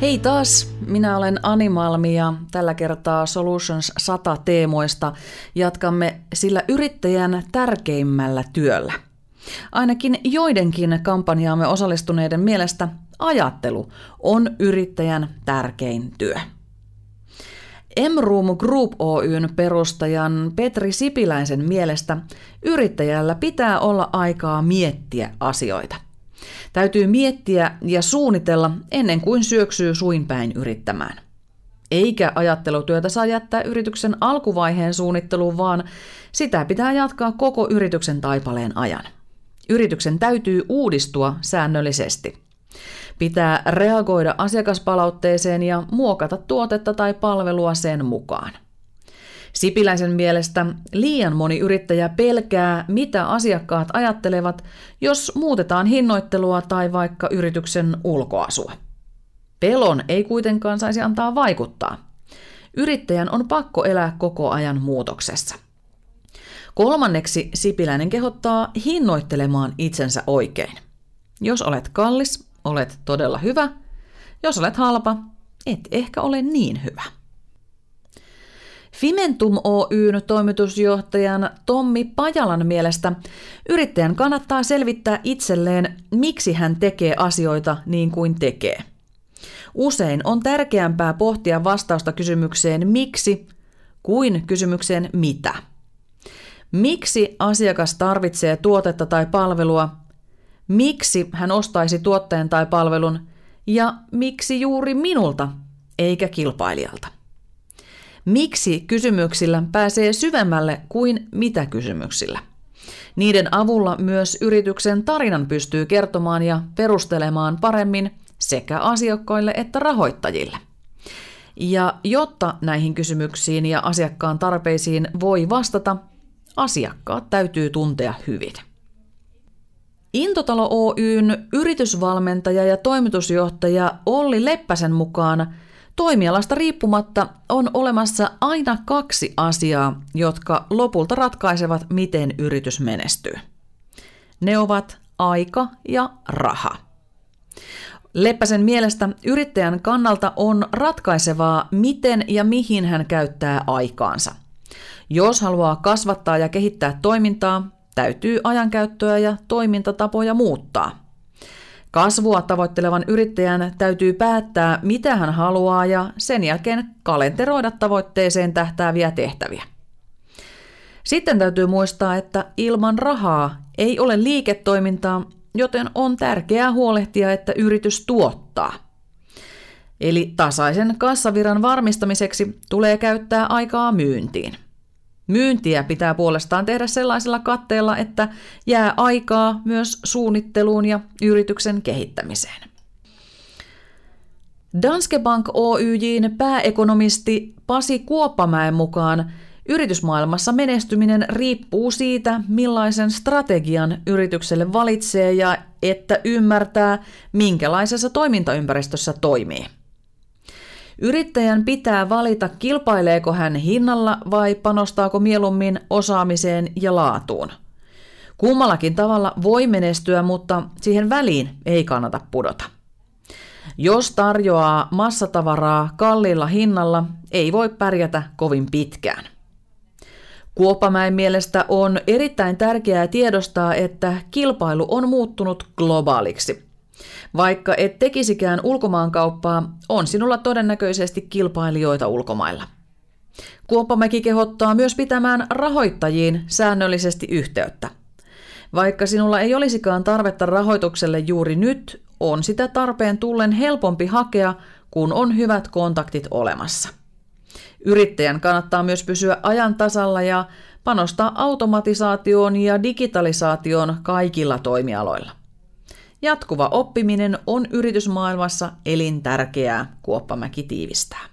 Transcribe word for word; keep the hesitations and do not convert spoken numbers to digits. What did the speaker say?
Hei taas, minä olen Ani Malmi ja tällä kertaa Solutions sata teemoista jatkamme sillä yrittäjän tärkeimmällä työllä. Ainakin joidenkin kampanjaamme osallistuneiden mielestä ajattelu on yrittäjän tärkein työ. M-Room Group Oyn perustajan Petri Sipiläisen mielestä yrittäjällä pitää olla aikaa miettiä asioita. Täytyy miettiä ja suunnitella ennen kuin syöksyy suin päin yrittämään. Eikä ajattelutyötä saa jättää yrityksen alkuvaiheen suunnitteluun, vaan sitä pitää jatkaa koko yrityksen taipaleen ajan. Yrityksen täytyy uudistua säännöllisesti. Pitää reagoida asiakaspalautteeseen ja muokata tuotetta tai palvelua sen mukaan. Sipiläisen mielestä liian moni yrittäjä pelkää, mitä asiakkaat ajattelevat, jos muutetaan hinnoittelua tai vaikka yrityksen ulkoasua. Pelon ei kuitenkaan saisi antaa vaikuttaa. Yrittäjän on pakko elää koko ajan muutoksessa. Kolmanneksi Sipiläinen kehottaa hinnoittelemaan itsensä oikein. Jos olet kallis, olet todella hyvä. Jos olet halpa, et ehkä ole niin hyvä. Fimentum Oyn toimitusjohtajan Tommi Pajalan mielestä yrittäjän kannattaa selvittää itselleen, miksi hän tekee asioita niin kuin tekee. Usein on tärkeämpää pohtia vastausta kysymykseen miksi kuin kysymykseen mitä. Miksi asiakas tarvitsee tuotetta tai palvelua? Miksi hän ostaisi tuotteen tai palvelun? Ja miksi juuri minulta eikä kilpailijalta? Miksi kysymyksillä pääsee syvemmälle kuin mitä kysymyksillä? Niiden avulla myös yrityksen tarinan pystyy kertomaan ja perustelemaan paremmin sekä asiakkaille että rahoittajille. Ja jotta näihin kysymyksiin ja asiakkaan tarpeisiin voi vastata, asiakkaat täytyy tuntea hyvin. Intotalo Oyn yritysvalmentaja ja toimitusjohtaja Olli Leppäsen mukaan toimialasta riippumatta on olemassa aina kaksi asiaa, jotka lopulta ratkaisevat, miten yritys menestyy. Ne ovat aika ja raha. Leppäsen mielestä yrittäjän kannalta on ratkaisevaa, miten ja mihin hän käyttää aikaansa. Jos haluaa kasvattaa ja kehittää toimintaa, täytyy ajankäyttöä ja toimintatapoja muuttaa. Kasvua tavoittelevan yrittäjän täytyy päättää, mitä hän haluaa ja sen jälkeen kalenteroida tavoitteeseen tähtääviä tehtäviä. Sitten täytyy muistaa, että ilman rahaa ei ole liiketoimintaa, joten on tärkeää huolehtia, että yritys tuottaa. Eli tasaisen kassavirran varmistamiseksi tulee käyttää aikaa myyntiin. Myyntiä pitää puolestaan tehdä sellaisella katteella, että jää aikaa myös suunnitteluun ja yrityksen kehittämiseen. Danske Bank Oyj:n pääekonomisti Pasi Kuoppamäen mukaan yritysmaailmassa menestyminen riippuu siitä, millaisen strategian yritykselle valitsee ja että ymmärtää, minkälaisessa toimintaympäristössä toimii. Yrittäjän pitää valita, kilpaileeko hän hinnalla vai panostaako mieluummin osaamiseen ja laatuun. Kummallakin tavalla voi menestyä, mutta siihen väliin ei kannata pudota. Jos tarjoaa massatavaraa kalliilla hinnalla, ei voi pärjätä kovin pitkään. Kuoppamäen mielestä on erittäin tärkeää tiedostaa, että kilpailu on muuttunut globaaliksi. Vaikka et tekisikään ulkomaankauppaa, on sinulla todennäköisesti kilpailijoita ulkomailla. Kuoppamäki kehottaa myös pitämään rahoittajiin säännöllisesti yhteyttä. Vaikka sinulla ei olisikaan tarvetta rahoitukselle juuri nyt, on sitä tarpeen tullen helpompi hakea, kun on hyvät kontaktit olemassa. Yrittäjän kannattaa myös pysyä ajan tasalla ja panostaa automatisaatioon ja digitalisaatioon kaikilla toimialoilla. Jatkuva oppiminen on yritysmaailmassa elintärkeää, Kuoppamäki tiivistää.